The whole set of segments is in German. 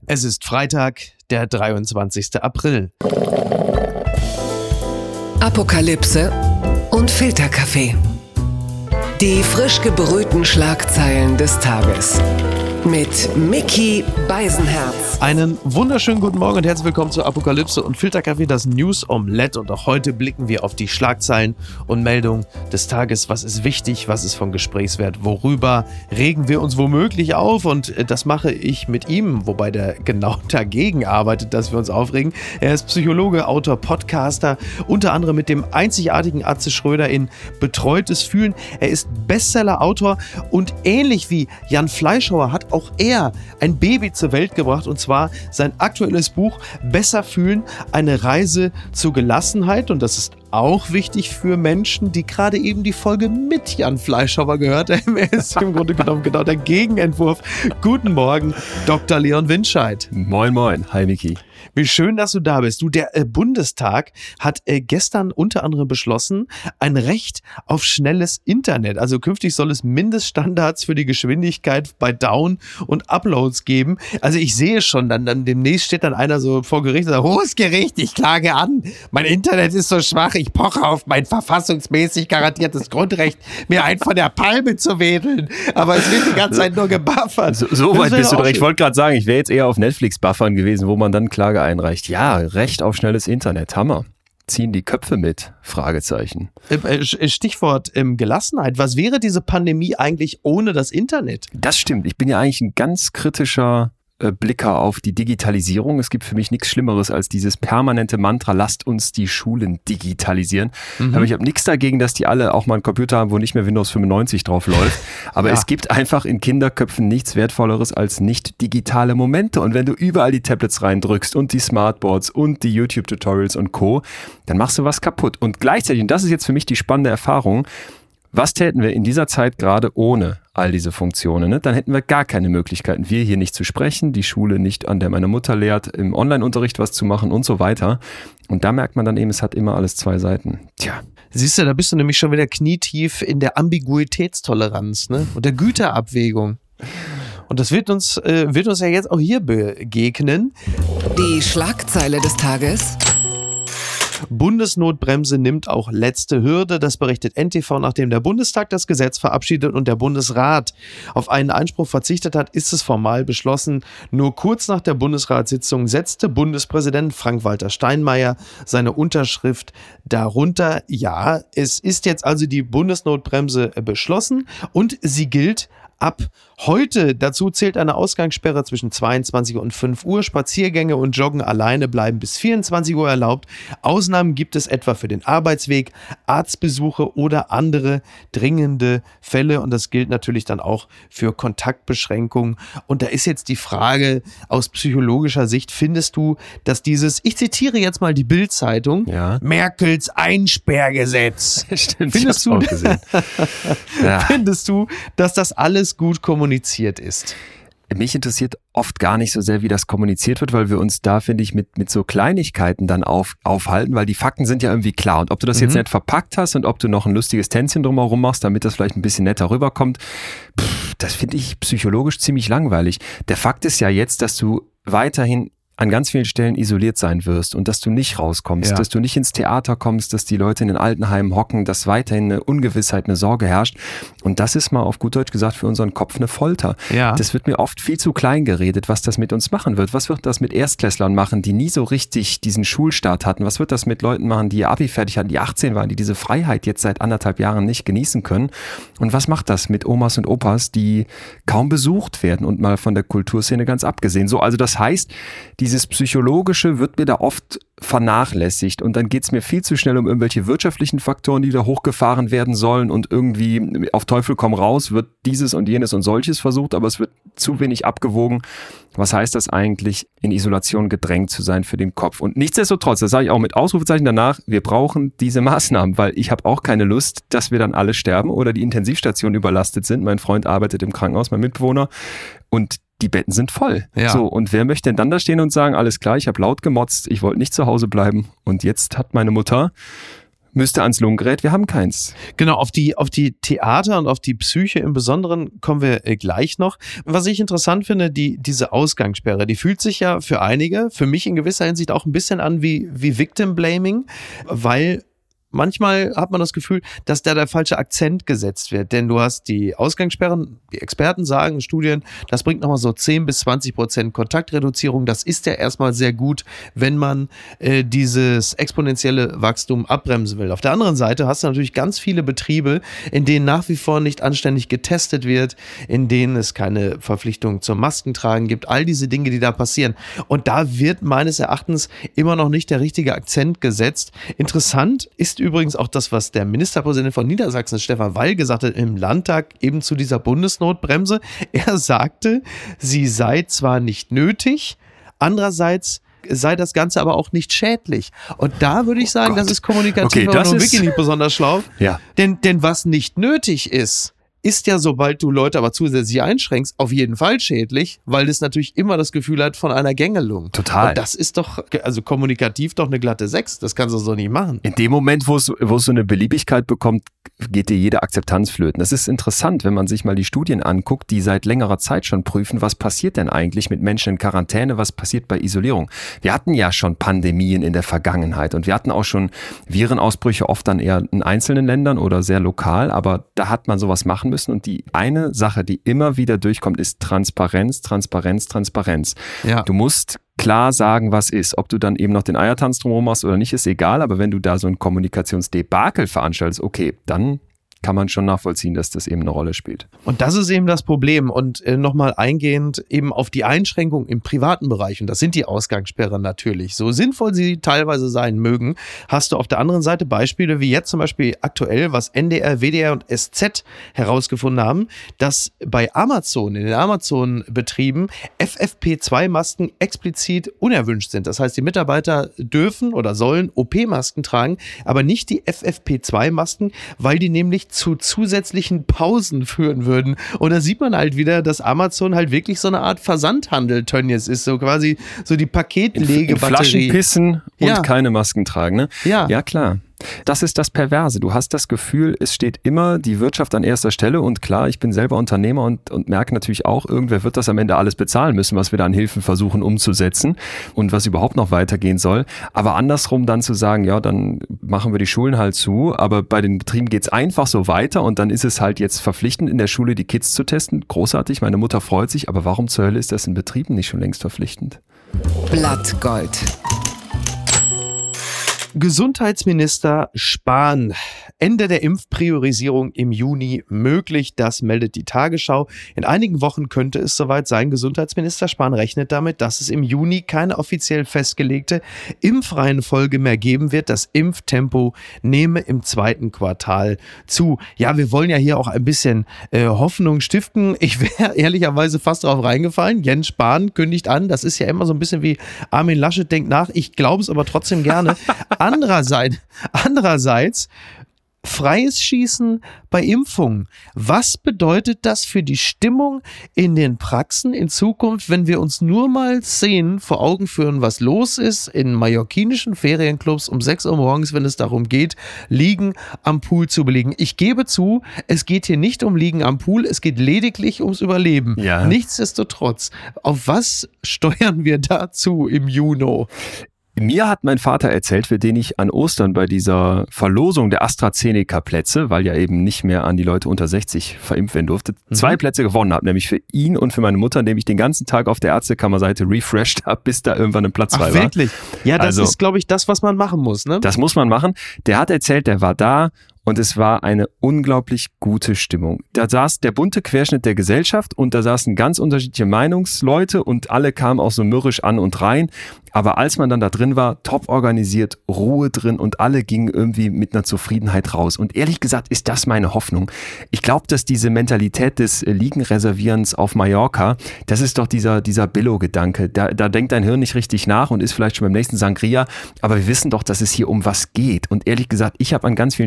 Es ist Freitag, der 23. April. Apokalypse und Filterkaffee. Die frisch gebrühten Schlagzeilen des Tages. Mit Micky Beisenherz. Einen wunderschönen guten Morgen und herzlich willkommen zu Apokalypse und Filterkaffee, das News Omelette. Und auch heute blicken wir auf die Schlagzeilen und Meldungen des Tages. Was ist wichtig, was ist von Gesprächswert, worüber regen wir uns womöglich auf? Und das mache ich mit ihm, wobei der genau dagegen arbeitet, dass wir uns aufregen. Er ist Psychologe, Autor, Podcaster, unter anderem mit dem einzigartigen Atze Schröder in Betreutes Fühlen. Er ist Bestseller-Autor und ähnlich wie Jan Fleischhauer hat auch er ein Baby zur Welt gebracht, und zwar sein aktuelles Buch Besser fühlen, eine Reise zur Gelassenheit. Und das ist auch wichtig für Menschen, die gerade eben die Folge mit Jan Fleischhauer gehört haben. Er ist im Grunde genommen genau der Gegenentwurf. Guten Morgen, Dr. Leon Winscheid. Moin, moin. Hi, Micky. Wie schön, dass du da bist. Der Bundestag hat gestern unter anderem beschlossen, ein Recht auf schnelles Internet. Also künftig soll es Mindeststandards für die Geschwindigkeit bei Down- und Uploads geben. Also ich sehe schon, dann demnächst steht dann einer so vor Gericht und sagt, hohes Gericht, ich klage an. Mein Internet ist so schwach, ich poche auf mein verfassungsmäßig garantiertes Grundrecht, mir einen von der Palme zu wedeln. Aber es wird die ganze Zeit nur gebuffert. So weit bist du direkt. Ich wollte gerade sagen, ich wäre jetzt eher auf Netflix buffern gewesen, wo man dann Klage einreicht. Ja, Recht auf schnelles Internet, Hammer. Ziehen die Köpfe mit? Fragezeichen. Stichwort Gelassenheit. Was wäre diese Pandemie eigentlich ohne das Internet? Das stimmt. Ich bin ja eigentlich ein ganz kritischer Blicker auf die Digitalisierung. Es gibt für mich nichts Schlimmeres als dieses permanente Mantra, lasst uns die Schulen digitalisieren. Aber ich habe nichts dagegen, dass die alle auch mal einen Computer haben, wo nicht mehr Windows 95 drauf läuft. Aber es gibt einfach in Kinderköpfen nichts Wertvolleres als nicht digitale Momente. Und wenn du überall die Tablets reindrückst und die Smartboards und die YouTube-Tutorials und Co., dann machst du was kaputt. Und gleichzeitig, und das ist jetzt für mich die spannende Erfahrung, was täten wir in dieser Zeit gerade ohne all diese Funktionen? Ne? Dann hätten wir gar keine Möglichkeiten. Wir hier nicht zu sprechen, die Schule nicht, an der meine Mutter lehrt, im Online-Unterricht was zu machen und so weiter. Und da merkt man dann eben, es hat immer alles zwei Seiten. Tja. Siehst du, da bist du nämlich schon wieder knietief in der Ambiguitätstoleranz, ne? Und der Güterabwägung. Und das wird uns ja jetzt auch hier begegnen. Die Schlagzeile des Tages. Bundesnotbremse nimmt auch letzte Hürde. Das berichtet NTV, nachdem der Bundestag das Gesetz verabschiedet und der Bundesrat auf einen Einspruch verzichtet hat, ist es formal beschlossen. Nur kurz nach der Bundesratssitzung setzte Bundespräsident Frank-Walter Steinmeier seine Unterschrift darunter. Ja, es ist jetzt also die Bundesnotbremse beschlossen und sie gilt ab heute. Dazu zählt eine Ausgangssperre zwischen 22 und 5 Uhr. Spaziergänge und Joggen alleine bleiben bis 24 Uhr erlaubt. Ausnahmen gibt es etwa für den Arbeitsweg, Arztbesuche oder andere dringende Fälle. Und das gilt natürlich dann auch für Kontaktbeschränkungen. Und da ist jetzt die Frage aus psychologischer Sicht, findest du, dass dieses, ich zitiere jetzt mal die Bild-Zeitung, Merkels Einsperrgesetz. Stimmt, findest du, auch gesehen. Findest du, dass das alles gut kommuniziert ist? Mich interessiert oft gar nicht so sehr, wie das kommuniziert wird, weil wir uns da, finde ich, mit so Kleinigkeiten dann aufhalten, weil die Fakten sind ja irgendwie klar. Und ob du das jetzt nicht verpackt hast und ob du noch ein lustiges Tänzchen drumherum machst, damit das vielleicht ein bisschen netter rüberkommt, das finde ich psychologisch ziemlich langweilig. Der Fakt ist ja jetzt, dass du weiterhin an ganz vielen Stellen isoliert sein wirst und dass du nicht rauskommst, dass du nicht ins Theater kommst, dass die Leute in den Altenheimen hocken, dass weiterhin eine Ungewissheit, eine Sorge herrscht. Und das ist mal auf gut Deutsch gesagt für unseren Kopf eine Folter. Ja. Das wird mir oft viel zu klein geredet, was das mit uns machen wird. Was wird das mit Erstklässlern machen, die nie so richtig diesen Schulstart hatten? Was wird das mit Leuten machen, die ihr Abi fertig hatten, die 18 waren, die diese Freiheit jetzt seit 1,5 Jahren nicht genießen können? Und was macht das mit Omas und Opas, die kaum besucht werden und mal von der Kulturszene ganz abgesehen? So, also das heißt, dieses Psychologische wird mir da oft vernachlässigt und dann geht es mir viel zu schnell um irgendwelche wirtschaftlichen Faktoren, die da hochgefahren werden sollen und irgendwie auf Teufel komm raus wird dieses und jenes und solches versucht, aber es wird zu wenig abgewogen. Was heißt das eigentlich, in Isolation gedrängt zu sein für den Kopf? Und nichtsdestotrotz, das sage ich auch mit Ausrufezeichen danach, wir brauchen diese Maßnahmen, weil ich habe auch keine Lust, dass wir dann alle sterben oder die Intensivstationen überlastet sind. Mein Freund arbeitet im Krankenhaus, mein Mitbewohner, und die Betten sind voll. Ja. So, und wer möchte denn dann da stehen und sagen, alles klar, ich habe laut gemotzt, ich wollte nicht zu Hause bleiben und jetzt hat meine Mutter müsste ans Lungengerät, wir haben keins. Genau, auf die Theater und auf die Psyche im Besonderen kommen wir gleich noch. Was ich interessant finde, diese Ausgangssperre, die fühlt sich ja für einige, für mich in gewisser Hinsicht auch ein bisschen an wie Victim Blaming, weil manchmal hat man das Gefühl, dass da der falsche Akzent gesetzt wird, denn du hast die Ausgangssperren, die Experten sagen, Studien, das bringt nochmal so 10-20% Kontaktreduzierung. Das ist ja erstmal sehr gut, wenn man dieses exponentielle Wachstum abbremsen will. Auf der anderen Seite hast du natürlich ganz viele Betriebe, in denen nach wie vor nicht anständig getestet wird, in denen es keine Verpflichtung zum Maskentragen gibt, all diese Dinge, die da passieren. Und da wird meines Erachtens immer noch nicht der richtige Akzent gesetzt. Interessant ist übrigens auch das, was der Ministerpräsident von Niedersachsen, Stefan Weil, gesagt hat im Landtag eben zu dieser Bundesnotbremse. Er sagte, sie sei zwar nicht nötig, andererseits sei das Ganze aber auch nicht schädlich. Und da würde ich sagen, das ist kommunikativ aber nur wirklich nicht besonders schlau. Ja. Denn was nicht nötig ist ja, sobald du Leute aber zusätzlich einschränkst, auf jeden Fall schädlich, weil es natürlich immer das Gefühl hat von einer Gängelung. Total. Und das ist doch, also kommunikativ doch eine glatte 6. Das kannst du so nicht machen. In dem Moment, wo es so eine Beliebigkeit bekommt, geht dir jede Akzeptanz flöten. Das ist interessant, wenn man sich mal die Studien anguckt, die seit längerer Zeit schon prüfen, was passiert denn eigentlich mit Menschen in Quarantäne, was passiert bei Isolierung. Wir hatten ja schon Pandemien in der Vergangenheit und wir hatten auch schon Virenausbrüche, oft dann eher in einzelnen Ländern oder sehr lokal, aber da hat man sowas machen müssen. Und die eine Sache, die immer wieder durchkommt, ist Transparenz. Ja. Du musst klar sagen, was ist. Ob du dann eben noch den Eiertanz drumherum machst oder nicht, ist egal. Aber wenn du da so ein Kommunikationsdebakel veranstaltest, okay, dann kann man schon nachvollziehen, dass das eben eine Rolle spielt. Und das ist eben das Problem. Und nochmal eingehend eben auf die Einschränkungen im privaten Bereich, und das sind die Ausgangssperren natürlich, so sinnvoll sie teilweise sein mögen, hast du auf der anderen Seite Beispiele, wie jetzt zum Beispiel aktuell, was NDR, WDR und SZ herausgefunden haben, dass bei Amazon, in den Amazon-Betrieben FFP2-Masken explizit unerwünscht sind. Das heißt, die Mitarbeiter dürfen oder sollen OP-Masken tragen, aber nicht die FFP2-Masken, weil die nämlich zu zusätzlichen Pausen führen würden. Und da sieht man halt wieder, dass Amazon halt wirklich so eine Art Versandhandel Tönnies ist, so quasi so die Paketlegebatterie. In Flaschen pissen und keine Masken tragen, ne? Ja, klar. Das ist das Perverse. Du hast das Gefühl, es steht immer die Wirtschaft an erster Stelle und klar, ich bin selber Unternehmer und merke natürlich auch, irgendwer wird das am Ende alles bezahlen müssen, was wir da an Hilfen versuchen umzusetzen und was überhaupt noch weitergehen soll. Aber andersrum dann zu sagen, ja, dann machen wir die Schulen halt zu, aber bei den Betrieben geht's einfach so weiter und dann ist es halt jetzt verpflichtend, in der Schule die Kids zu testen. Großartig, meine Mutter freut sich, aber warum zur Hölle ist das in Betrieben nicht schon längst verpflichtend? Blattgold. Gesundheitsminister Spahn. Ende der Impfpriorisierung im Juni möglich, das meldet die Tagesschau. In einigen Wochen könnte es soweit sein. Gesundheitsminister Spahn rechnet damit, dass es im Juni keine offiziell festgelegte Impfreihenfolge mehr geben wird. Das Impftempo nehme im zweiten Quartal zu. Ja, wir wollen ja hier auch ein bisschen Hoffnung stiften. Ich wäre ehrlicherweise fast drauf reingefallen. Jens Spahn kündigt an, das ist ja immer so ein bisschen wie Armin Laschet denkt nach. Ich glaube es aber trotzdem gerne. Andererseits freies Schießen bei Impfungen. Was bedeutet das für die Stimmung in den Praxen in Zukunft, wenn wir uns nur mal Szenen vor Augen führen, was los ist in mallorquinischen Ferienclubs um 6 Uhr morgens, wenn es darum geht, Liegen am Pool zu belegen. Ich gebe zu, es geht hier nicht um Liegen am Pool, es geht lediglich ums Überleben. Ja. Nichtsdestotrotz, auf was steuern wir dazu im Juni? Mir hat mein Vater erzählt, für den ich an Ostern bei dieser Verlosung der AstraZeneca-Plätze, weil ja eben nicht mehr an die Leute unter 60 verimpft werden durfte, 2 Plätze gewonnen habe, nämlich für ihn und für meine Mutter, indem ich den ganzen Tag auf der Ärztekammerseite refreshed habe, bis da irgendwann ein Platz frei war. Wirklich? Ja, das ist, glaube ich, das, was man machen muss, ne? Das muss man machen. Der hat erzählt, der war da und es war eine unglaublich gute Stimmung. Da saß der bunte Querschnitt der Gesellschaft und da saßen ganz unterschiedliche Meinungsleute und alle kamen auch so mürrisch an und rein. Aber als man dann da drin war, top organisiert, Ruhe drin und alle gingen irgendwie mit einer Zufriedenheit raus. Und ehrlich gesagt ist das meine Hoffnung. Ich glaube, dass diese Mentalität des Liegenreservierens auf Mallorca, das ist doch dieser Billo-Gedanke. Da denkt dein Hirn nicht richtig nach und ist vielleicht schon beim nächsten Sangria. Aber wir wissen doch, dass es hier um was geht. Und ehrlich gesagt, ich habe an ganz vielen Stellen in dieser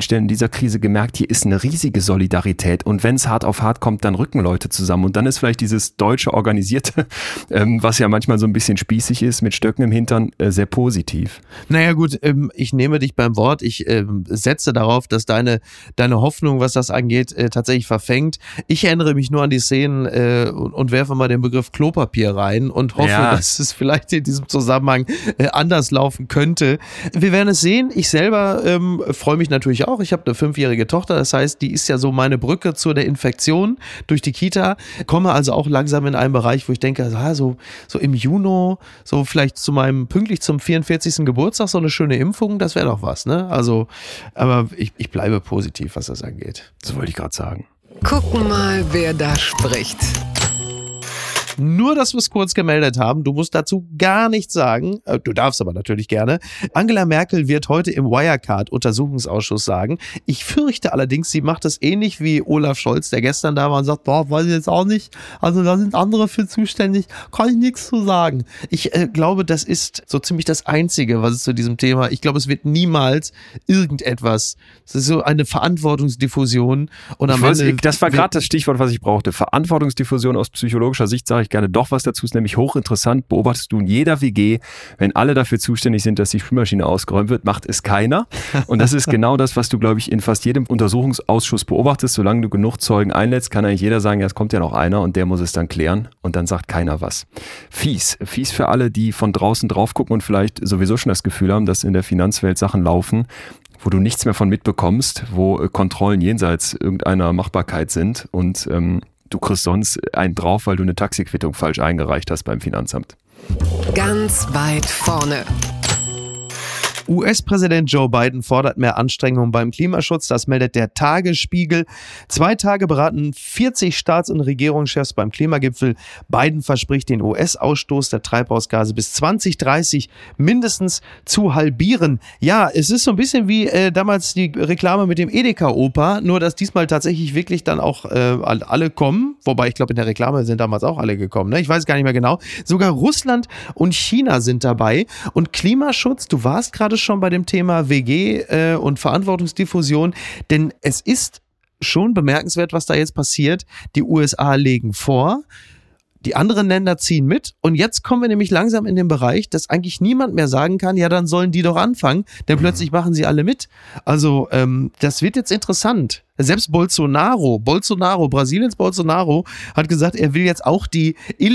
Corona-Krise gemerkt, hier ist eine riesige Solidarität und wenn es hart auf hart kommt, dann rücken Leute zusammen und dann ist vielleicht dieses deutsche Organisierte, was ja manchmal so ein bisschen spießig ist, mit Stöcken im Hintern, sehr positiv. Naja gut, ich nehme dich beim Wort. Ich setze darauf, dass deine Hoffnung, was das angeht, tatsächlich verfängt. Ich erinnere mich nur an die Szenen und werfe mal den Begriff Klopapier rein und hoffe, dass es vielleicht in diesem Zusammenhang anders laufen könnte. Wir werden es sehen. Ich selber freue mich natürlich auch. Ich habe eine 5-jährige Tochter, das heißt, die ist ja so meine Brücke zu der Infektion durch die Kita. Komme also auch langsam in einen Bereich, wo ich denke, so im Juni, so vielleicht pünktlich zum 44. Geburtstag so eine schöne Impfung, das wäre doch was, ne? Also, aber ich bleibe positiv, was das angeht. Das wollte ich gerade sagen. Gucken mal, wer da spricht. Nur, dass wir es kurz gemeldet haben. Du musst dazu gar nichts sagen. Du darfst aber natürlich gerne. Angela Merkel wird heute im Wirecard-Untersuchungsausschuss sagen. Ich fürchte allerdings, sie macht es ähnlich wie Olaf Scholz, der gestern da war und sagt, weiß ich jetzt auch nicht. Also da sind andere für zuständig. Kann ich nichts zu sagen. Ich glaube, das ist so ziemlich das Einzige, was es zu diesem Thema. Ich glaube, es wird niemals irgendetwas. Das ist so eine Verantwortungsdiffusion. Und das war gerade das Stichwort, was ich brauchte. Verantwortungsdiffusion aus psychologischer Sicht, sage ich gerne doch was dazu, ist nämlich hochinteressant, beobachtest du in jeder WG, wenn alle dafür zuständig sind, dass die Spülmaschine ausgeräumt wird, macht es keiner. Und das ist genau das, was du, glaube ich, in fast jedem Untersuchungsausschuss beobachtest. Solange du genug Zeugen einlädst, kann eigentlich jeder sagen, ja, es kommt ja noch einer und der muss es dann klären und dann sagt keiner was. Fies für alle, die von draußen drauf gucken und vielleicht sowieso schon das Gefühl haben, dass in der Finanzwelt Sachen laufen, wo du nichts mehr von mitbekommst, wo Kontrollen jenseits irgendeiner Machbarkeit sind und du kriegst sonst einen drauf, weil du eine Taxiquittung falsch eingereicht hast beim Finanzamt. Ganz weit vorne. US-Präsident Joe Biden fordert mehr Anstrengungen beim Klimaschutz. Das meldet der Tagesspiegel. 2 Tage beraten 40 Staats- und Regierungschefs beim Klimagipfel. Biden verspricht, den US-Ausstoß der Treibhausgase bis 2030 mindestens zu halbieren. Ja, es ist so ein bisschen wie damals die Reklame mit dem Edeka-Opa, nur dass diesmal tatsächlich wirklich dann auch alle kommen. Wobei, ich glaube, in der Reklame sind damals auch alle gekommen. Ne? Ich weiß gar nicht mehr genau. Sogar Russland und China sind dabei. Und Klimaschutz, du warst gerade schon bei dem Thema WG und Verantwortungsdiffusion, denn es ist schon bemerkenswert, was da jetzt passiert. Die USA legen vor, die anderen Länder ziehen mit und jetzt kommen wir nämlich langsam in den Bereich, dass eigentlich niemand mehr sagen kann, ja, dann sollen die doch anfangen, denn plötzlich machen sie alle mit. Also das wird jetzt interessant. Selbst Bolsonaro, Brasiliens Bolsonaro, hat gesagt, er will jetzt auch die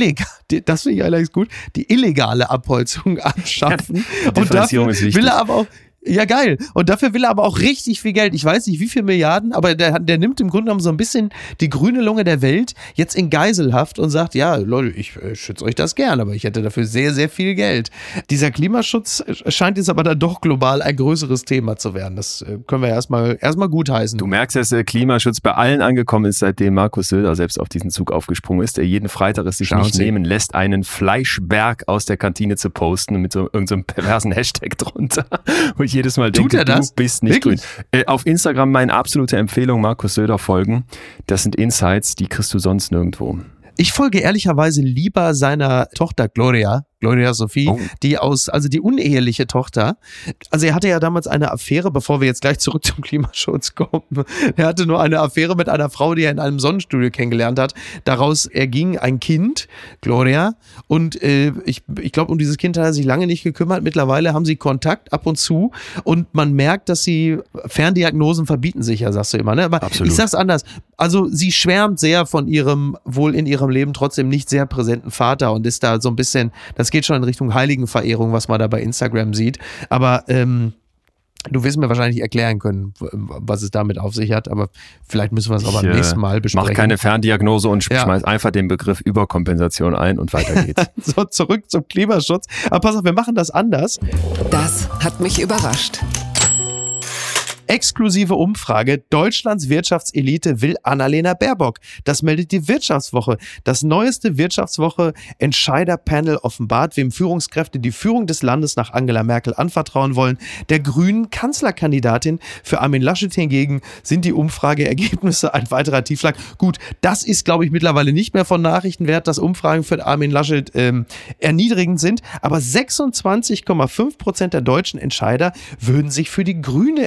illegale Abholzung abschaffen. Ja, und dafür will er aber auch Ja, geil. Und dafür will er aber auch richtig viel Geld. Ich weiß nicht, wie viel Milliarden, aber der nimmt im Grunde genommen so ein bisschen die grüne Lunge der Welt jetzt in Geiselhaft und sagt, ja, Leute, ich schütze euch das gern, aber ich hätte dafür sehr, sehr viel Geld. Dieser Klimaschutz scheint jetzt aber dann doch global ein größeres Thema zu werden. Das können wir erstmal gutheißen. Du merkst, dass der Klimaschutz bei allen angekommen ist, seitdem Markus Söder selbst auf diesen Zug aufgesprungen ist, der jeden Freitag es sich nicht nehmen lässt, einen Fleischberg aus der Kantine zu posten mit so irgendeinem perversen Hashtag drunter, wo ich jedes Mal denke, du bist nicht grün. Auf Instagram meine absolute Empfehlung, Markus Söder folgen. Das sind Insights, die kriegst du sonst nirgendwo. Ich folge ehrlicherweise lieber seiner Tochter Gloria Sophie, die uneheliche Tochter. Also er hatte ja damals eine Affäre, bevor wir jetzt gleich zurück zum Klimaschutz kommen. Er hatte nur eine Affäre mit einer Frau, die er in einem Sonnenstudio kennengelernt hat. Daraus erging ein Kind, Gloria. Und ich glaube, um dieses Kind hat er sich lange nicht gekümmert. Mittlerweile haben sie Kontakt ab und zu. Und man merkt, dass sie Ferndiagnosen verbieten sich ja, sagst du immer. Ne? Aber absolut. Ich sag's anders. Also sie schwärmt sehr von ihrem wohl in ihrem Leben trotzdem nicht sehr präsenten Vater und ist da so ein bisschen, das geht schon in Richtung Heiligenverehrung, was man da bei Instagram sieht. Aber du wirst mir wahrscheinlich erklären können, was es damit auf sich hat, aber vielleicht müssen wir es auch beim nächsten Mal besprechen. Mach keine Ferndiagnose und schmeiß einfach den Begriff Überkompensation ein und weiter geht's. So, zurück zum Klimaschutz. Aber pass auf, wir machen das anders. Das hat mich überrascht. Exklusive Umfrage. Deutschlands Wirtschaftselite will Annalena Baerbock. Das meldet die Wirtschaftswoche. Das neueste Wirtschaftswoche-Entscheider-Panel offenbart, wem Führungskräfte die Führung des Landes nach Angela Merkel anvertrauen wollen. Der grünen Kanzlerkandidatin. Für Armin Laschet hingegen sind die Umfrageergebnisse ein weiterer Tiefschlag. Gut, das ist, glaube ich, mittlerweile nicht mehr von Nachrichten wert, dass Umfragen für Armin Laschet erniedrigend sind. Aber 26,5% der deutschen Entscheider würden sich für die Grüne entscheiden.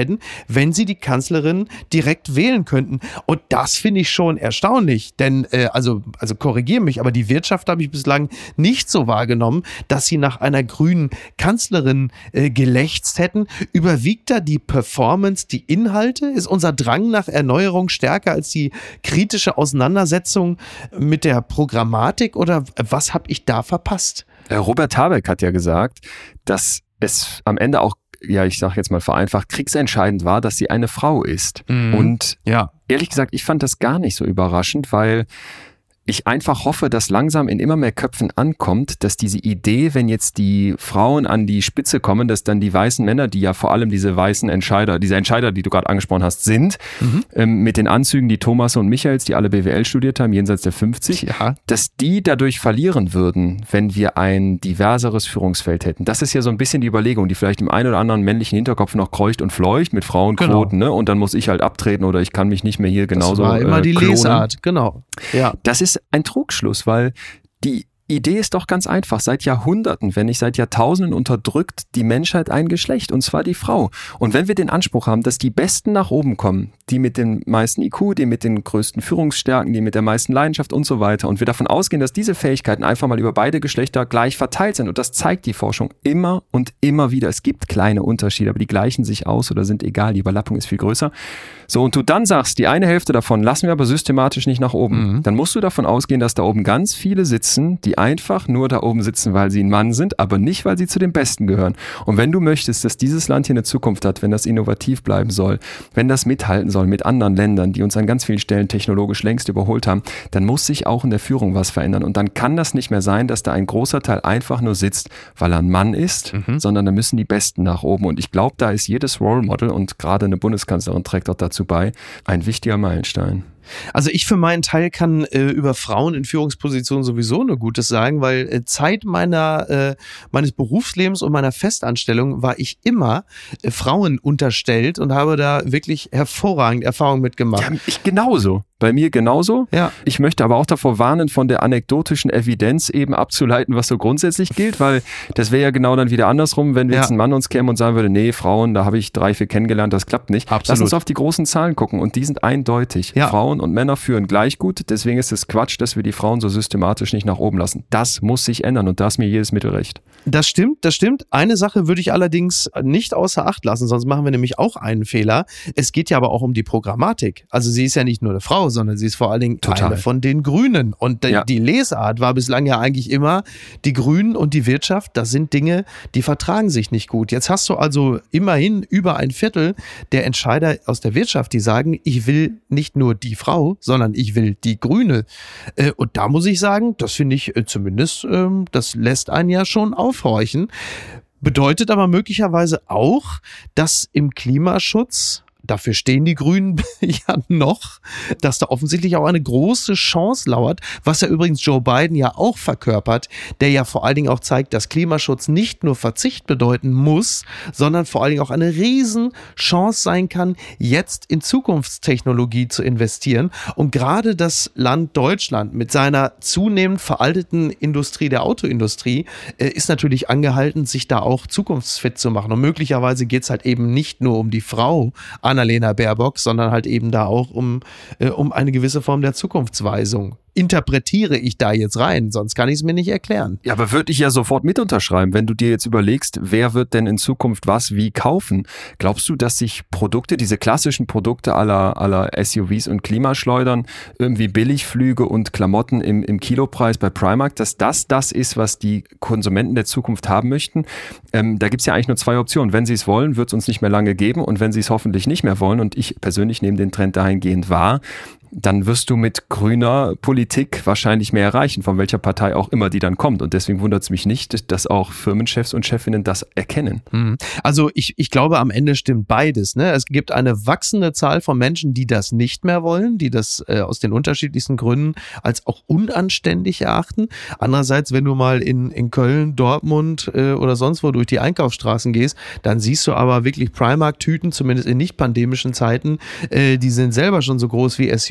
entscheiden, wenn sie die Kanzlerin direkt wählen könnten. Und das finde ich schon erstaunlich, denn also korrigiere mich, aber die Wirtschaft habe ich bislang nicht so wahrgenommen, dass sie nach einer grünen Kanzlerin gelächzt hätten. Überwiegt da die Performance, die Inhalte? Ist unser Drang nach Erneuerung stärker als die kritische Auseinandersetzung mit der Programmatik oder was habe ich da verpasst? Robert Habeck hat ja gesagt, dass es am Ende auch, ja, ich sage jetzt mal vereinfacht, kriegsentscheidend war, dass sie eine Frau ist. Und ehrlich gesagt, ich fand das gar nicht so überraschend, weil ich einfach hoffe, dass langsam in immer mehr Köpfen ankommt, dass diese Idee, wenn jetzt die Frauen an die Spitze kommen, dass dann die weißen Männer, die ja vor allem diese weißen Entscheider, die du gerade angesprochen hast, sind, mit den Anzügen, die Thomas und Michaels, die alle BWL studiert haben, jenseits der 50, dass die dadurch verlieren würden, wenn wir ein diverseres Führungsfeld hätten. Das ist ja so ein bisschen die Überlegung, die vielleicht im einen oder anderen männlichen Hinterkopf noch kreucht und fleucht mit Frauenquoten, ne? Und dann muss ich halt abtreten oder ich kann mich nicht mehr hier genauso klonen. Das war immer die Lesart, genau. Ja. Das ist ein Trugschluss, weil die Idee ist doch ganz einfach. Seit Jahrhunderten, wenn nicht seit Jahrtausenden unterdrückt die Menschheit ein Geschlecht, und zwar die Frau. Und wenn wir den Anspruch haben, dass die Besten nach oben kommen, die mit dem meisten IQ, die mit den größten Führungsstärken, die mit der meisten Leidenschaft und so weiter, und wir davon ausgehen, dass diese Fähigkeiten einfach mal über beide Geschlechter gleich verteilt sind, und das zeigt die Forschung immer und immer wieder. Es gibt kleine Unterschiede, aber die gleichen sich aus oder sind egal, die Überlappung ist viel größer. So, und du dann sagst, die eine Hälfte davon lassen wir aber systematisch nicht nach oben. Dann musst du davon ausgehen, dass da oben ganz viele sitzen, die einfach nur da oben sitzen, weil sie ein Mann sind, aber nicht, weil sie zu den Besten gehören. Und wenn du möchtest, dass dieses Land hier eine Zukunft hat, wenn das innovativ bleiben soll, wenn das mithalten soll mit anderen Ländern, die uns an ganz vielen Stellen technologisch längst überholt haben, dann muss sich auch in der Führung was verändern. Und dann kann das nicht mehr sein, dass da ein großer Teil einfach nur sitzt, weil er ein Mann ist, sondern da müssen die Besten nach oben. Und ich glaube, da ist jedes Role Model, und gerade eine Bundeskanzlerin trägt auch dazu bei, ein wichtiger Meilenstein. Also ich für meinen Teil kann über Frauen in Führungspositionen sowieso nur Gutes sagen, weil Zeit meines Berufslebens und meiner Festanstellung war ich immer Frauen unterstellt und habe da wirklich hervorragend Erfahrungen mitgemacht. Ja, ich genauso. Bei mir genauso. Ja. Ich möchte aber auch davor warnen, von der anekdotischen Evidenz eben abzuleiten, was so grundsätzlich gilt, weil das wäre ja genau dann wieder andersrum, wenn wir jetzt ein Mann uns käme und sagen würde, nee, Frauen, da habe ich 3, 4 kennengelernt, das klappt nicht. Absolut. Lass uns auf die großen Zahlen gucken, und die sind eindeutig. Ja. Frauen und Männer führen gleich gut, deswegen ist es Quatsch, dass wir die Frauen so systematisch nicht nach oben lassen. Das muss sich ändern, und da ist mir jedes Mittel recht. Das stimmt. Eine Sache würde ich allerdings nicht außer Acht lassen, sonst machen wir nämlich auch einen Fehler. Es geht ja aber auch um die Programmatik. Also sie ist ja nicht nur eine Frau, sondern sie ist vor allen Dingen eine von den Grünen. Und die Lesart war bislang ja eigentlich immer, die Grünen und die Wirtschaft, das sind Dinge, die vertragen sich nicht gut. Jetzt hast du also immerhin über ein Viertel der Entscheider aus der Wirtschaft, die sagen, ich will nicht nur die Frau, sondern ich will die Grüne. Und da muss ich sagen, das finde ich zumindest, das lässt einen ja schon aufhorchen. Bedeutet aber möglicherweise auch, dass im Klimaschutz, dafür stehen die Grünen ja noch, dass da offensichtlich auch eine große Chance lauert, was ja übrigens Joe Biden ja auch verkörpert, der ja vor allen Dingen auch zeigt, dass Klimaschutz nicht nur Verzicht bedeuten muss, sondern vor allen Dingen auch eine riesen Chance sein kann, jetzt in Zukunftstechnologie zu investieren. Und gerade das Land Deutschland mit seiner zunehmend veralteten Industrie, der Autoindustrie, ist natürlich angehalten, sich da auch zukunftsfit zu machen. Und möglicherweise geht es halt eben nicht nur um die Frau Annalena Baerbock, sondern halt eben da auch um eine gewisse Form der Zukunftsweisung. Interpretiere ich da jetzt rein, sonst kann ich es mir nicht erklären. Ja, aber würde ich ja sofort mit unterschreiben, wenn du dir jetzt überlegst, wer wird denn in Zukunft was wie kaufen? Glaubst du, dass sich Produkte, diese klassischen Produkte aller SUVs und Klimaschleudern, irgendwie Billigflüge und Klamotten im Kilopreis bei Primark, dass das ist, was die Konsumenten der Zukunft haben möchten? Da gibt es ja eigentlich nur 2 Optionen. Wenn sie es wollen, wird es uns nicht mehr lange geben, und wenn sie es hoffentlich nicht mehr wollen, und ich persönlich nehme den Trend dahingehend wahr, dann wirst du mit grüner Politik wahrscheinlich mehr erreichen, von welcher Partei auch immer die dann kommt. Und deswegen wundert es mich nicht, dass auch Firmenchefs und Chefinnen das erkennen. Also ich glaube, am Ende stimmt beides. Ne? Es gibt eine wachsende Zahl von Menschen, die das nicht mehr wollen, die das aus den unterschiedlichsten Gründen als auch unanständig erachten. Andererseits, wenn du mal in Köln, Dortmund oder sonst wo durch die Einkaufsstraßen gehst, dann siehst du aber wirklich Primark-Tüten, zumindest in nicht pandemischen Zeiten, die sind selber schon so groß wie SUVs.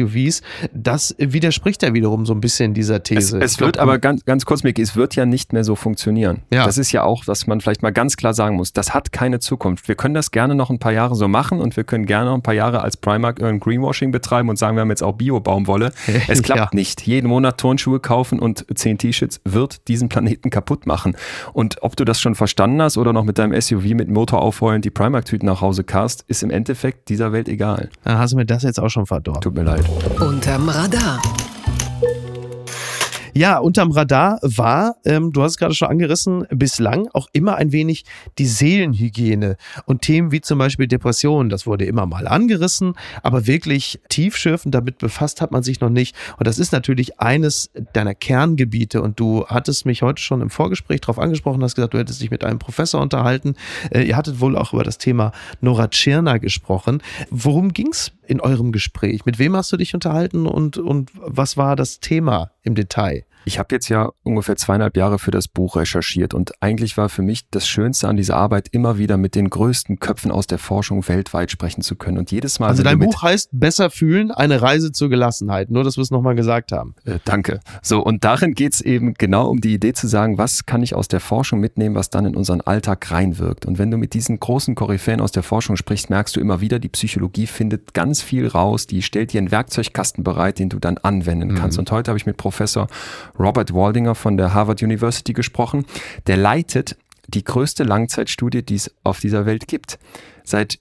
SUVs. Das widerspricht ja wiederum so ein bisschen dieser These. Es wird aber ganz kurz, Micky, es wird ja nicht mehr so funktionieren. Ja. Das ist ja auch, was man vielleicht mal ganz klar sagen muss. Das hat keine Zukunft. Wir können das gerne noch ein paar Jahre so machen und wir können gerne noch ein paar Jahre als Primark ein Greenwashing betreiben und sagen, wir haben jetzt auch Bio-Baumwolle. Es klappt nicht. Jeden Monat Turnschuhe kaufen und 10 T-Shirts wird diesen Planeten kaputt machen. Und ob du das schon verstanden hast oder noch mit deinem SUV mit Motor aufheulend die Primark-Tüten nach Hause karst, ist im Endeffekt dieser Welt egal. Dann hast du mir das jetzt auch schon verdorben. Tut mir leid. Unterm Radar. Ja, unterm Radar war, du hast es gerade schon angerissen, bislang auch immer ein wenig die Seelenhygiene und Themen wie zum Beispiel Depressionen. Das wurde immer mal angerissen, aber wirklich tiefschürfend damit befasst hat man sich noch nicht. Und das ist natürlich eines deiner Kerngebiete. Und du hattest mich heute schon im Vorgespräch darauf angesprochen, hast gesagt, du hättest dich mit einem Professor unterhalten. Ihr hattet wohl auch über das Thema Nora Tschirner gesprochen. Worum ging es in eurem Gespräch? Mit wem hast du dich unterhalten und was war das Thema im Detail? Ich habe jetzt ja ungefähr 2,5 Jahre für das Buch recherchiert und eigentlich war für mich das Schönste an dieser Arbeit, immer wieder mit den größten Köpfen aus der Forschung weltweit sprechen zu können. Und jedes Mal. Also dein Buch heißt Besser fühlen, eine Reise zur Gelassenheit. Nur, dass wir es nochmal gesagt haben. Danke. So, und darin geht es eben genau um die Idee zu sagen, was kann ich aus der Forschung mitnehmen, was dann in unseren Alltag reinwirkt. Und wenn du mit diesen großen Koryphäen aus der Forschung sprichst, merkst du immer wieder, die Psychologie findet ganz viel raus, die stellt dir einen Werkzeugkasten bereit, den du dann anwenden kannst. Und heute habe ich mit Professor Robert Waldinger von der Harvard University gesprochen. Der leitet die größte Langzeitstudie, die es auf dieser Welt gibt. Seit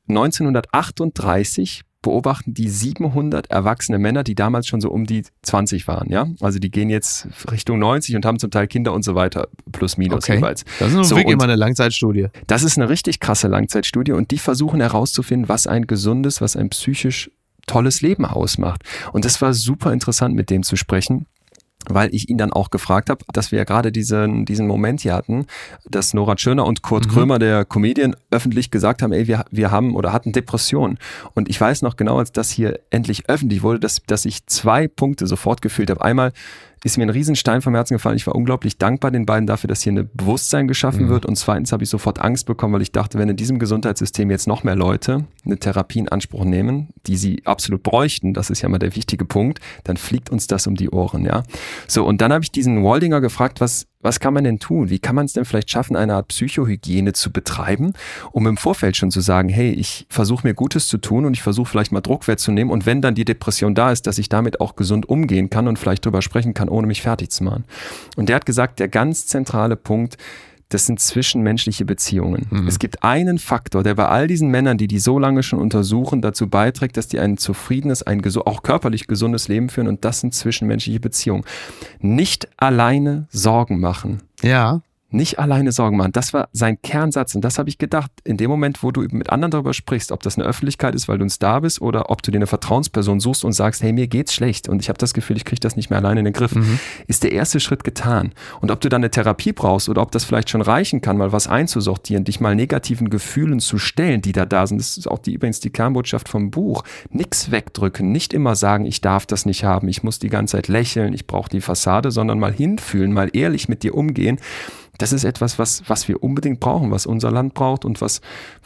1938 beobachten die 700 erwachsene Männer, die damals schon so um die 20 waren. Ja? Also die gehen jetzt Richtung 90 und haben zum Teil Kinder und so weiter, plus minus jeweils. Das ist wirklich immer eine Langzeitstudie. Das ist eine richtig krasse Langzeitstudie und die versuchen herauszufinden, was ein gesundes, was ein psychisch tolles Leben ausmacht. Und das war super interessant, mit dem zu sprechen, weil ich ihn dann auch gefragt habe, dass wir ja gerade diesen Moment hier hatten, dass Nora Tschirner und Kurt Krömer, der Comedian, öffentlich gesagt haben, ey, wir haben oder hatten Depressionen. Und ich weiß noch genau, als das hier endlich öffentlich wurde, dass ich 2 Punkte sofort gefühlt habe. Einmal ist mir ein Riesenstein vom Herzen gefallen. Ich war unglaublich dankbar den beiden dafür, dass hier ein Bewusstsein geschaffen wird. Und zweitens habe ich sofort Angst bekommen, weil ich dachte, wenn in diesem Gesundheitssystem jetzt noch mehr Leute eine Therapie in Anspruch nehmen, die sie absolut bräuchten, das ist ja mal der wichtige Punkt, dann fliegt uns das um die Ohren, ja. So, und dann habe ich diesen Waldinger gefragt, was kann man denn tun? Wie kann man es denn vielleicht schaffen, eine Art Psychohygiene zu betreiben, um im Vorfeld schon zu sagen, hey, ich versuche mir Gutes zu tun und ich versuche vielleicht mal Druck wegzunehmen und wenn dann die Depression da ist, dass ich damit auch gesund umgehen kann und vielleicht drüber sprechen kann, ohne mich fertig zu machen. Und der hat gesagt, der ganz zentrale Punkt, das sind zwischenmenschliche Beziehungen. Es gibt einen Faktor, der bei all diesen Männern, die so lange schon untersuchen, dazu beiträgt, dass die ein zufriedenes, auch körperlich gesundes Leben führen und das sind zwischenmenschliche Beziehungen. Nicht alleine Sorgen machen. Ja. Nicht alleine Sorgen machen. Das war sein Kernsatz und das habe ich gedacht, in dem Moment, wo du mit anderen darüber sprichst, ob das eine Öffentlichkeit ist, weil du ein Star bist oder ob du dir eine Vertrauensperson suchst und sagst, hey, mir geht's schlecht und ich habe das Gefühl, ich kriege das nicht mehr alleine in den Griff, ist der erste Schritt getan. Und ob du dann eine Therapie brauchst oder ob das vielleicht schon reichen kann, mal was einzusortieren, dich mal negativen Gefühlen zu stellen, die da sind, das ist auch übrigens die Kernbotschaft vom Buch. Nix wegdrücken, nicht immer sagen, ich darf das nicht haben, ich muss die ganze Zeit lächeln, ich brauche die Fassade, sondern mal hinfühlen, mal ehrlich mit dir umgehen. Das ist etwas, was wir unbedingt brauchen, was unser Land braucht und was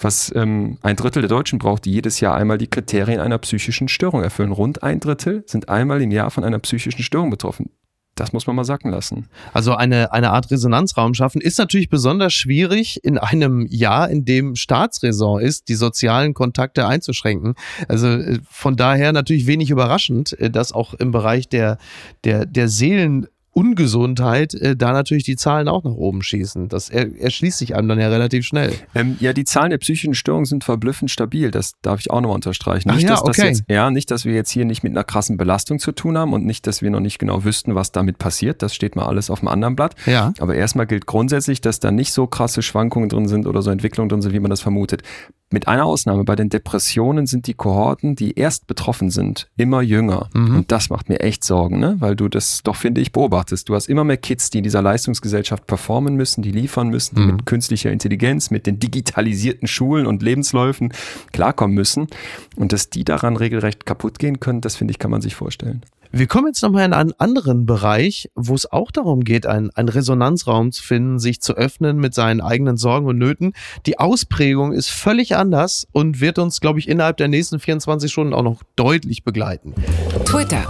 1/3 der Deutschen braucht, die jedes Jahr einmal die Kriterien einer psychischen Störung erfüllen. Rund 1/3 sind einmal im Jahr von einer psychischen Störung betroffen. Das muss man mal sacken lassen. Also eine Art Resonanzraum schaffen ist natürlich besonders schwierig in einem Jahr, in dem Staatsräson ist, die sozialen Kontakte einzuschränken. Also von daher natürlich wenig überraschend, dass auch im Bereich der Seelenungesundheit da natürlich die Zahlen auch nach oben schießen. Das erschließt sich einem dann ja relativ schnell. Ja, die Zahlen der psychischen Störungen sind verblüffend stabil. Das darf ich auch nochmal unterstreichen. Nicht, nicht, dass wir jetzt hier nicht mit einer krassen Belastung zu tun haben und nicht, dass wir noch nicht genau wüssten, was damit passiert. Das steht mal alles auf einem anderen Blatt. Ja. Aber erstmal gilt grundsätzlich, dass da nicht so krasse Schwankungen drin sind oder so Entwicklungen drin sind, wie man das vermutet. Mit einer Ausnahme, bei den Depressionen sind die Kohorten, die erst betroffen sind, immer jünger. Und das macht mir echt Sorgen, ne? Weil du das doch, finde ich, beobachtest. Du hast immer mehr Kids, die in dieser Leistungsgesellschaft performen müssen, die liefern müssen, die mit künstlicher Intelligenz, mit den digitalisierten Schulen und Lebensläufen klarkommen müssen. Und dass die daran regelrecht kaputt gehen können, das, finde ich, kann man sich vorstellen. Wir kommen jetzt nochmal in einen anderen Bereich, wo es auch darum geht, einen Resonanzraum zu finden, sich zu öffnen mit seinen eigenen Sorgen und Nöten. Die Ausprägung ist völlig anders und wird uns, glaube ich, innerhalb der nächsten 24 Stunden auch noch deutlich begleiten. Twitter,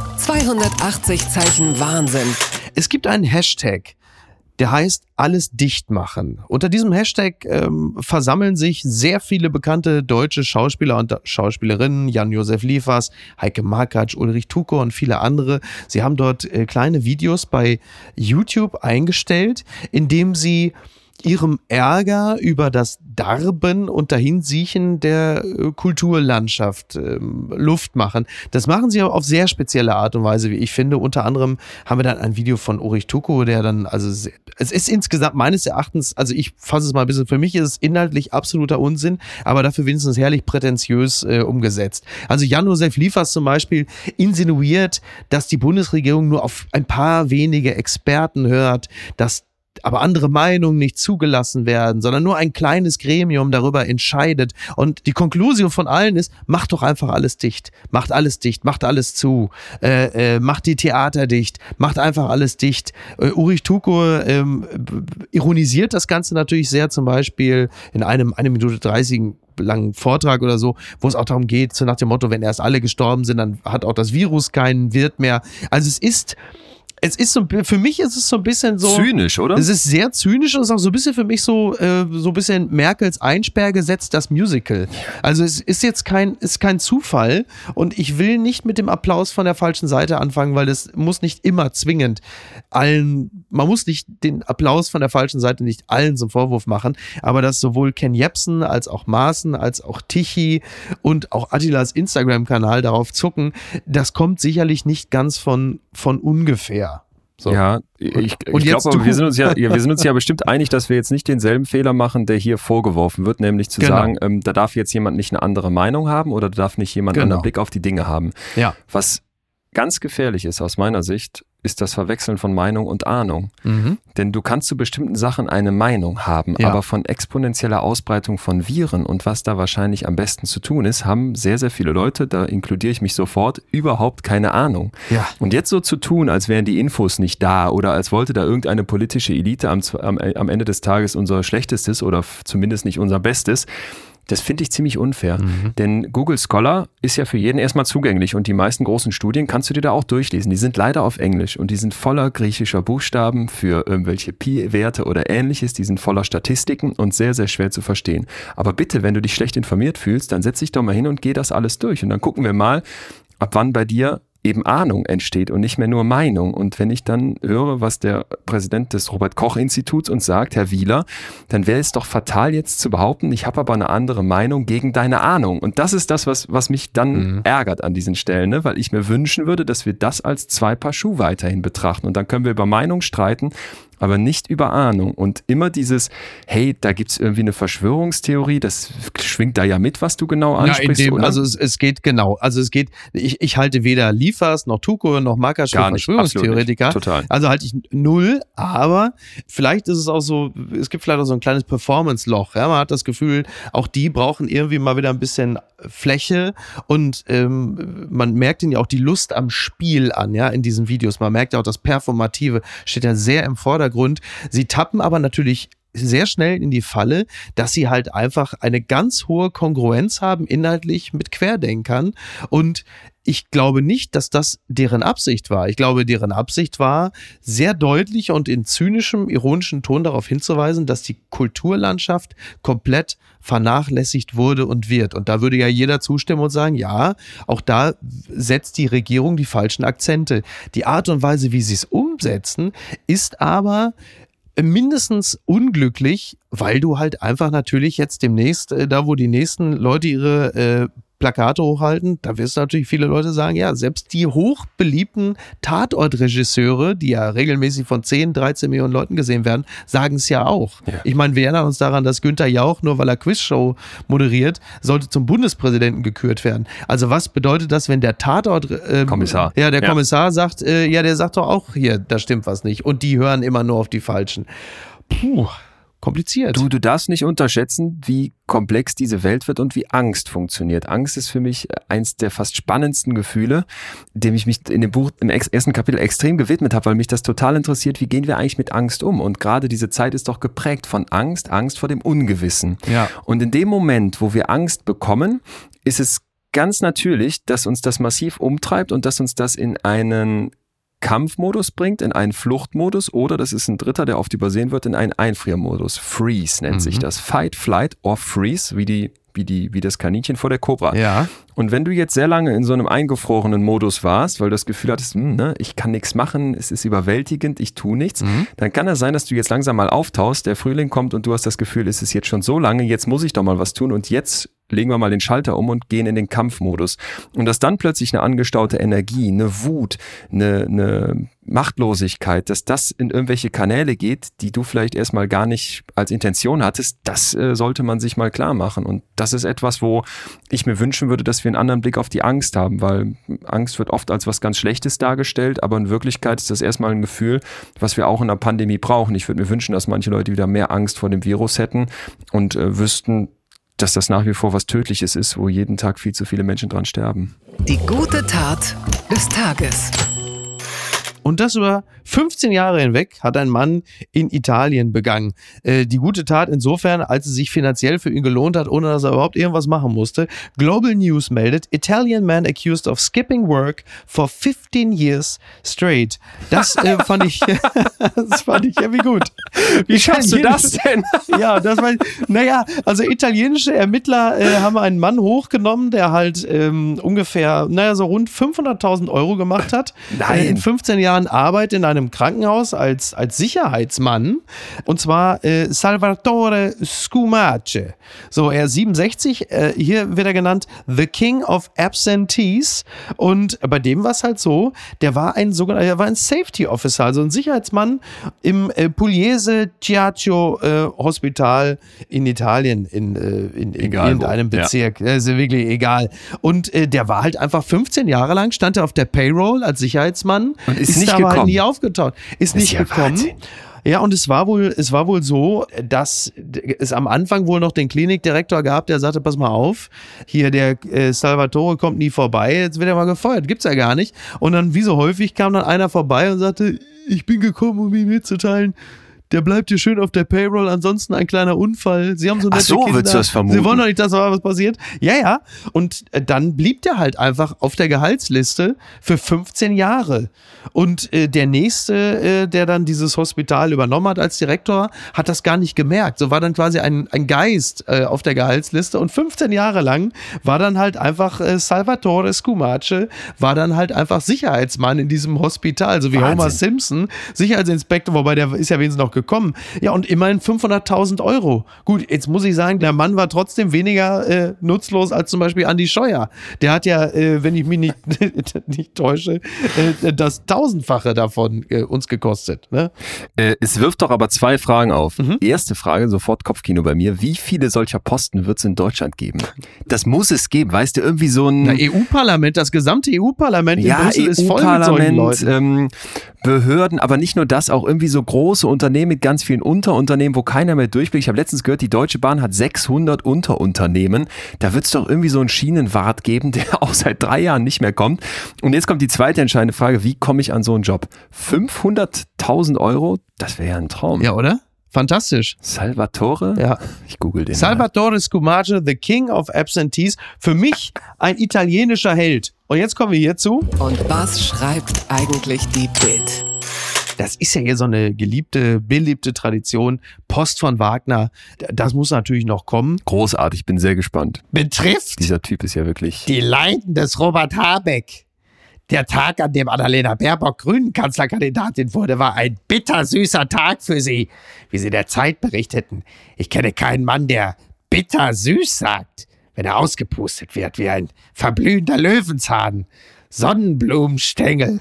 280 Zeichen Wahnsinn. Es gibt einen Hashtag, der heißt alles dicht machen. Unter diesem Hashtag versammeln sich sehr viele bekannte deutsche Schauspieler und Schauspielerinnen, Jan-Josef Liefers, Heike Makatsch, Ulrich Tuko und viele andere. Sie haben dort kleine Videos bei YouTube eingestellt, in dem sie ihrem Ärger über das Darben und Dahinsiechen der Kulturlandschaft Luft machen. Das machen sie aber auf sehr spezielle Art und Weise, wie ich finde. Unter anderem haben wir dann ein Video von Ulrich Tuko, der dann, es ist insgesamt meines Erachtens, also ich fasse es mal ein bisschen, für mich ist es inhaltlich absoluter Unsinn, aber dafür wenigstens herrlich prätentiös umgesetzt. Also Jan-Josef Liefers zum Beispiel insinuiert, dass die Bundesregierung nur auf ein paar wenige Experten hört, dass aber andere Meinungen nicht zugelassen werden, sondern nur ein kleines Gremium darüber entscheidet. Und die Konklusion von allen ist, macht doch einfach alles dicht. Macht alles dicht, macht alles zu. Macht die Theater dicht, macht einfach alles dicht. Ulrich Tuko ironisiert das Ganze natürlich sehr, zum Beispiel in einem 1 Minute 30 langen Vortrag oder so, wo es auch darum geht, so nach dem Motto, wenn erst alle gestorben sind, dann hat auch das Virus keinen Wirt mehr. Also es ist so, für mich ist es so ein bisschen so. Zynisch, oder? Es ist sehr zynisch und ist auch so ein bisschen für mich so ein bisschen Merkels Einsperrgesetz, das Musical. Also es ist jetzt kein Zufall und ich will nicht mit dem Applaus von der falschen Seite anfangen, weil das muss nicht immer zwingend man muss nicht den Applaus von der falschen Seite nicht allen zum Vorwurf machen, aber dass sowohl Ken Jebsen als auch Maaßen, als auch Tichy und auch Attilas Instagram-Kanal darauf zucken, das kommt sicherlich nicht ganz von ungefähr. So. Ja, ich glaube, aber wir sind uns ja bestimmt einig, dass wir jetzt nicht denselben Fehler machen, der hier vorgeworfen wird, nämlich zu sagen, da darf jetzt jemand nicht eine andere Meinung haben oder da darf nicht jemand einen anderen Blick auf die Dinge haben. Ja. Was ganz gefährlich ist aus meiner Sicht, ist das Verwechseln von Meinung und Ahnung. Mhm. Denn du kannst zu bestimmten Sachen eine Meinung haben, aber von exponentieller Ausbreitung von Viren und was da wahrscheinlich am besten zu tun ist, haben sehr, sehr viele Leute, da inkludiere ich mich sofort, überhaupt keine Ahnung. Ja. Und jetzt so zu tun, als wären die Infos nicht da oder als wollte da irgendeine politische Elite am Ende des Tages unser Schlechtestes oder zumindest nicht unser Bestes, das finde ich ziemlich unfair, denn Google Scholar ist ja für jeden erstmal zugänglich und die meisten großen Studien kannst du dir da auch durchlesen. Die sind leider auf Englisch und die sind voller griechischer Buchstaben für irgendwelche Pi-Werte oder ähnliches, die sind voller Statistiken und sehr, sehr schwer zu verstehen. Aber bitte, wenn du dich schlecht informiert fühlst, dann setz dich doch mal hin und geh das alles durch und dann gucken wir mal, ab wann bei dir eben Ahnung entsteht und nicht mehr nur Meinung. Und wenn ich dann höre, was der Präsident des Robert-Koch-Instituts uns sagt, Herr Wieler, dann wäre es doch fatal jetzt zu behaupten, ich habe aber eine andere Meinung gegen deine Ahnung. Und das ist das, was mich dann ärgert an diesen Stellen, ne? Weil ich mir wünschen würde, dass wir das als zwei Paar Schuh weiterhin betrachten. Und dann können wir über Meinung streiten, aber nicht über Ahnung. Und immer dieses, hey, da gibt es irgendwie eine Verschwörungstheorie, das schwingt da ja mit, was du genau ansprichst. Ja, also es geht genau. Also es geht, ich halte weder Liefers noch Tuko noch Makatsch für Verschwörungstheoretiker. Total. Also halte ich null, aber vielleicht ist es auch so, es gibt vielleicht auch so ein kleines Performance-Loch. Ja? Man hat das Gefühl, auch die brauchen irgendwie mal wieder ein bisschen Fläche und man merkt ihnen ja auch die Lust am Spiel an, ja, in diesen Videos. Man merkt ja auch, das Performative steht ja sehr im Vordergrund. Sie tappen aber natürlich sehr schnell in die Falle, dass sie halt einfach eine ganz hohe Kongruenz haben, inhaltlich mit Querdenkern. Und ich glaube nicht, dass das deren Absicht war. Ich glaube, deren Absicht war, sehr deutlich und in zynischem, ironischen Ton darauf hinzuweisen, dass die Kulturlandschaft komplett vernachlässigt wurde und wird. Und da würde ja jeder zustimmen und sagen, ja, auch da setzt die Regierung die falschen Akzente. Die Art und Weise, wie sie es umsetzen, ist aber mindestens unglücklich, weil du halt einfach natürlich jetzt demnächst, da wo die nächsten Leute ihre Plakate hochhalten, da wirst du natürlich viele Leute sagen, ja, selbst die hochbeliebten Tatortregisseure, die ja regelmäßig von 10, 13 Millionen Leuten gesehen werden, sagen es ja auch. Ja. Ich meine, wir erinnern uns daran, dass Günther Jauch, nur weil er Quizshow moderiert, sollte zum Bundespräsidenten gekürt werden. Also was bedeutet das, wenn der Kommissar. Ja, der Kommissar sagt, der sagt doch auch hier, da stimmt was nicht. Und die hören immer nur auf die Falschen. Puh. kompliziert. Du darfst nicht unterschätzen, wie komplex diese Welt wird und wie Angst funktioniert. Angst ist für mich eins der fast spannendsten Gefühle, dem ich mich in dem Buch im ersten Kapitel extrem gewidmet habe, weil mich das total interessiert, wie gehen wir eigentlich mit Angst um? Und gerade diese Zeit ist doch geprägt von Angst vor dem Ungewissen. Ja. Und in dem Moment, wo wir Angst bekommen, ist es ganz natürlich, dass uns das massiv umtreibt und dass uns das in einen Kampfmodus bringt, in einen Fluchtmodus oder, das ist ein dritter, der oft übersehen wird, in einen Einfriermodus. Freeze nennt sich das. Fight, Flight or Freeze, wie das Kaninchen vor der Kobra. Ja. Und wenn du jetzt sehr lange in so einem eingefrorenen Modus warst, weil du das Gefühl hattest, ich kann nichts machen, es ist überwältigend, ich tue nichts, dann kann es sein, dass du jetzt langsam mal auftaust, der Frühling kommt und du hast das Gefühl, es ist jetzt schon so lange, jetzt muss ich doch mal was tun und jetzt legen wir mal den Schalter um und gehen in den Kampfmodus. Und dass dann plötzlich eine angestaute Energie, eine Wut, eine Machtlosigkeit, dass das in irgendwelche Kanäle geht, die du vielleicht erstmal gar nicht als Intention hattest, das sollte man sich mal klar machen. Und das ist etwas, wo ich mir wünschen würde, dass wir einen anderen Blick auf die Angst haben, weil Angst wird oft als was ganz Schlechtes dargestellt, aber in Wirklichkeit ist das erstmal ein Gefühl, was wir auch in der Pandemie brauchen. Ich würde mir wünschen, dass manche Leute wieder mehr Angst vor dem Virus hätten und wüssten, dass das nach wie vor was Tödliches ist, wo jeden Tag viel zu viele Menschen dran sterben. Die gute Tat des Tages. Und das über 15 Jahre hinweg hat ein Mann in Italien begangen. Die gute Tat insofern, als es sich finanziell für ihn gelohnt hat, ohne dass er überhaupt irgendwas machen musste. Global News meldet, Italian man accused of skipping work for 15 years straight. Das fand ich irgendwie gut. Wie schaffst du das denn? Ja, also italienische Ermittler haben einen Mann hochgenommen, der halt ungefähr, so rund 500.000 € gemacht hat. Nein. In 15 Jahren Arbeit in einem Krankenhaus als Sicherheitsmann. Und zwar Salvatore Scumace. So, er ist 67. Hier wird er genannt The King of Absentees. Und bei dem war es halt so, der war ein Safety Officer, also ein Sicherheitsmann im Pugliese Chiaccio Hospital in Italien, in irgendeinem Bezirk. Ja. Das ist wirklich egal. Und der war halt einfach 15 Jahre lang, stand er auf der Payroll als Sicherheitsmann. Und ist nicht aber gekommen. Halt nie aufgetaucht. Ist nicht gekommen. Wahnsinn. Ja, und es war wohl so, dass es am Anfang wohl noch den Klinikdirektor gab, der sagte, pass mal auf, hier der Salvatore kommt nie vorbei, jetzt wird er mal gefeuert, gibt's ja gar nicht. Und dann, wie so häufig, kam dann einer vorbei und sagte, ich bin gekommen, um ihm mitzuteilen, der bleibt hier schön auf der Payroll, ansonsten ein kleiner Unfall. Sie haben so nette Kinder. Willst du das vermuten? Sie wollen doch nicht, dass da was passiert. Ja. Und dann blieb der halt einfach auf der Gehaltsliste für 15 Jahre. Und der nächste, der dann dieses Hospital übernommen hat als Direktor, hat das gar nicht gemerkt. So war dann quasi ein Geist auf der Gehaltsliste. Und 15 Jahre lang war dann halt einfach Salvatore Scumace, war dann halt einfach Sicherheitsmann in diesem Hospital. So wie Wahnsinn. Homer Simpson, Sicherheitsinspektor, wobei der ist ja wenigstens noch gekommen. Ja, und immerhin 500.000 €. Gut, jetzt muss ich sagen, der Mann war trotzdem weniger nutzlos als zum Beispiel Andi Scheuer. Der hat ja, wenn ich mich nicht täusche, das 1000-fache davon uns gekostet. Ne? Es wirft doch aber zwei Fragen auf. Erste Frage, sofort Kopfkino bei mir. Wie viele solcher Posten wird es in Deutschland geben? Das muss es geben. Weißt du, irgendwie so ein... EU-Parlament, das gesamte EU-Parlament in Brüssel ist voll mit solchen Leuten. Behörden, aber nicht nur das, auch irgendwie so große Unternehmen mit ganz vielen Unterunternehmen, wo keiner mehr durchblickt. Ich habe letztens gehört, die Deutsche Bahn hat 600 Unterunternehmen. Da wird es doch irgendwie so einen Schienenwart geben, der auch seit 3 Jahren nicht mehr kommt. Und jetzt kommt die zweite entscheidende Frage, wie komme ich an so einen Job? 500.000 €, das wäre ja ein Traum. Ja, oder? Fantastisch. Salvatore? Ja. Ich google den. Salvatore Scumace, The King of Absentees. Für mich ein italienischer Held. Und jetzt kommen wir hierzu. Und was schreibt eigentlich die Bild? Das ist ja hier so eine beliebte Tradition. Post von Wagner. Das muss natürlich noch kommen. Großartig, bin sehr gespannt. Betrifft Dieser Typ ist ja wirklich... die Leiden des Robert Habeck. Der Tag, an dem Annalena Baerbock Grünen-Kanzlerkandidatin wurde, war ein bittersüßer Tag für sie, wie sie der Zeit berichteten. Ich kenne keinen Mann, der bittersüß sagt, wenn er ausgepustet wird wie ein verblühender Löwenzahn. Sonnenblumenstängel.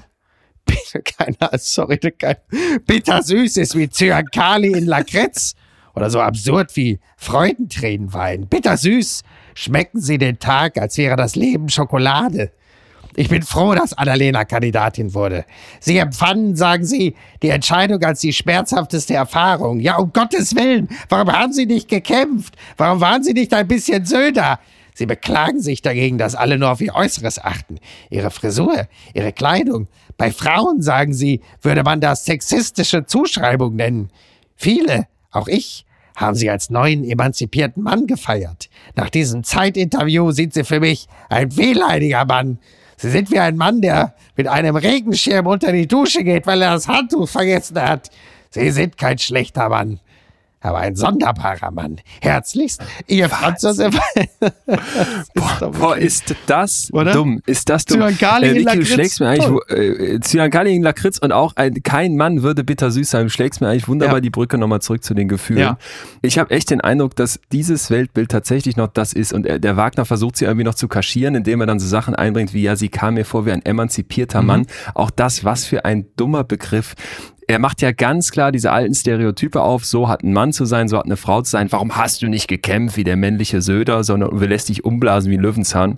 Bittersüß ist wie Zyankali in Lakritz oder so absurd wie Freudentränenwein. Bittersüß schmecken sie den Tag, als wäre das Leben Schokolade. Ich bin froh, dass Annalena Kandidatin wurde. Sie empfanden, sagen Sie, die Entscheidung als die schmerzhafteste Erfahrung. Ja, um Gottes Willen, warum haben Sie nicht gekämpft? Warum waren Sie nicht ein bisschen Söder? Sie beklagen sich dagegen, dass alle nur auf ihr Äußeres achten. Ihre Frisur, ihre Kleidung. Bei Frauen, sagen Sie, würde man das sexistische Zuschreibung nennen. Viele, auch ich, haben Sie als neuen emanzipierten Mann gefeiert. Nach diesem Zeitinterview sind Sie für mich ein wehleidiger Mann. Sie sind wie ein Mann, der mit einem Regenschirm unter die Dusche geht, weil er das Handtuch vergessen hat. Sie sind kein schlechter Mann, aber ein sonderbarer Mann. Herzlichst, Ihr Franz Josef. Boah, ist das Oder? dumm. Ist das dumm. Zyankali in Niki, du Lakritz. schlägst mir eigentlich Zyankali in Lakritz und auch kein Mann würde bittersüß sein. Du schlägst mir eigentlich wunderbar die Brücke nochmal zurück zu den Gefühlen. Ja. Ich habe echt den Eindruck, dass dieses Weltbild tatsächlich noch das ist und der Wagner versucht sie irgendwie noch zu kaschieren, indem er dann so Sachen einbringt wie, ja, sie kam mir vor wie ein emanzipierter Mann. Auch das, was für ein dummer Begriff. Er macht ja ganz klar diese alten Stereotype auf, so hat ein Mann zu sein, so hat eine Frau zu sein. Warum hast du nicht gekämpft wie der männliche Söder, sondern lässt dich umblasen wie ein Löwenzahn?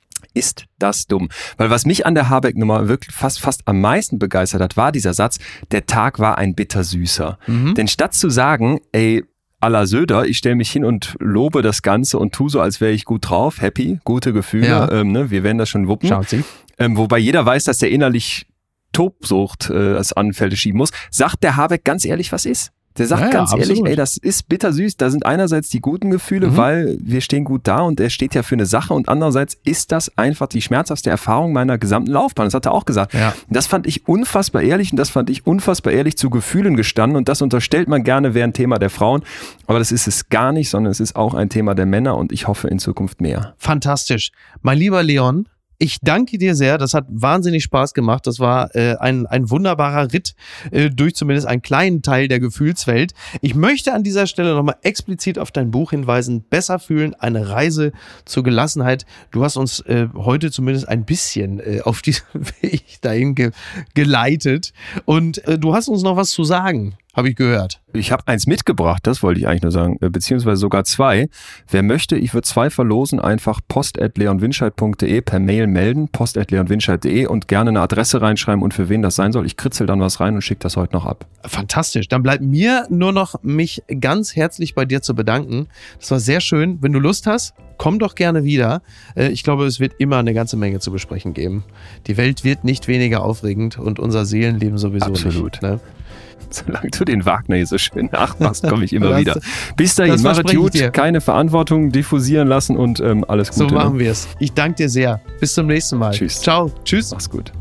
Ist das dumm. Weil was mich an der Habeck-Nummer wirklich fast am meisten begeistert hat, war dieser Satz, der Tag war ein bittersüßer. Denn statt zu sagen, ey, à la Söder, ich stelle mich hin und lobe das Ganze und tu so, als wäre ich gut drauf, happy, gute Gefühle, wir werden das schon wuppen. Schaut Sie. Wobei jeder weiß, dass der innerlich Tobsucht als Anfälle schieben muss, sagt der Habeck ganz ehrlich, was ist. Der sagt ganz ehrlich, absolut. ey, das ist bittersüß, da sind einerseits die guten Gefühle, weil wir stehen gut da und er steht ja für eine Sache und andererseits ist das einfach die schmerzhafte Erfahrung meiner gesamten Laufbahn. Das hat er auch gesagt. Ja. Das fand ich unfassbar ehrlich und das fand ich unfassbar ehrlich zu Gefühlen gestanden und das unterstellt man gerne, wäre ein Thema der Frauen, aber das ist es gar nicht, sondern es ist auch ein Thema der Männer und ich hoffe in Zukunft mehr. Fantastisch. Mein lieber Leon, ich danke dir sehr. Das hat wahnsinnig Spaß gemacht. Das war ein wunderbarer Ritt durch zumindest einen kleinen Teil der Gefühlswelt. Ich möchte an dieser Stelle nochmal explizit auf dein Buch hinweisen. Besser fühlen, eine Reise zur Gelassenheit. Du hast uns heute zumindest ein bisschen auf diesen Weg dahin geleitet. Und du hast uns noch was zu sagen, habe ich gehört. Ich habe eins mitgebracht, das wollte ich eigentlich nur sagen, beziehungsweise sogar zwei. Wer möchte, ich würde 2 verlosen, einfach post@leonwinscheid.de per Mail melden, post@leonwinscheid.de und gerne eine Adresse reinschreiben und für wen das sein soll. Ich kritzel dann was rein und schicke das heute noch ab. Fantastisch. Dann bleibt mir nur noch, mich ganz herzlich bei dir zu bedanken. Das war sehr schön. Wenn du Lust hast, komm doch gerne wieder. Ich glaube, es wird immer eine ganze Menge zu besprechen geben. Die Welt wird nicht weniger aufregend und unser Seelenleben sowieso Absolut. nicht. Ne? Solange du den Wagner hier so schön nachmachst, komme ich immer wieder. Bis dahin, das mach es verspreche ich gut, dir. keine Verantwortung diffusieren lassen und alles Gute. So machen wir es. Ich danke dir sehr. Bis zum nächsten Mal. Tschüss. Ciao. Tschüss. Mach's gut.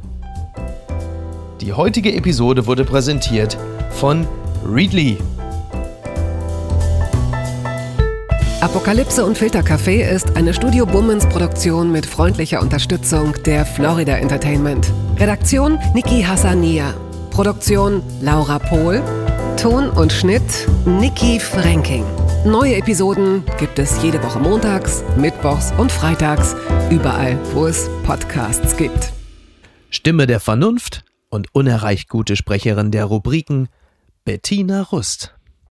Die heutige Episode wurde präsentiert von Readly. Apokalypse und Filtercafé ist eine Studio Bummens Produktion mit freundlicher Unterstützung der Florida Entertainment. Redaktion Niki Hassania. Produktion Laura Pohl. Ton und Schnitt Niki Fränking. Neue Episoden gibt es jede Woche montags, mittwochs und freitags, überall, wo es Podcasts gibt. Stimme der Vernunft und unerreicht gute Sprecherin der Rubriken Bettina Rust.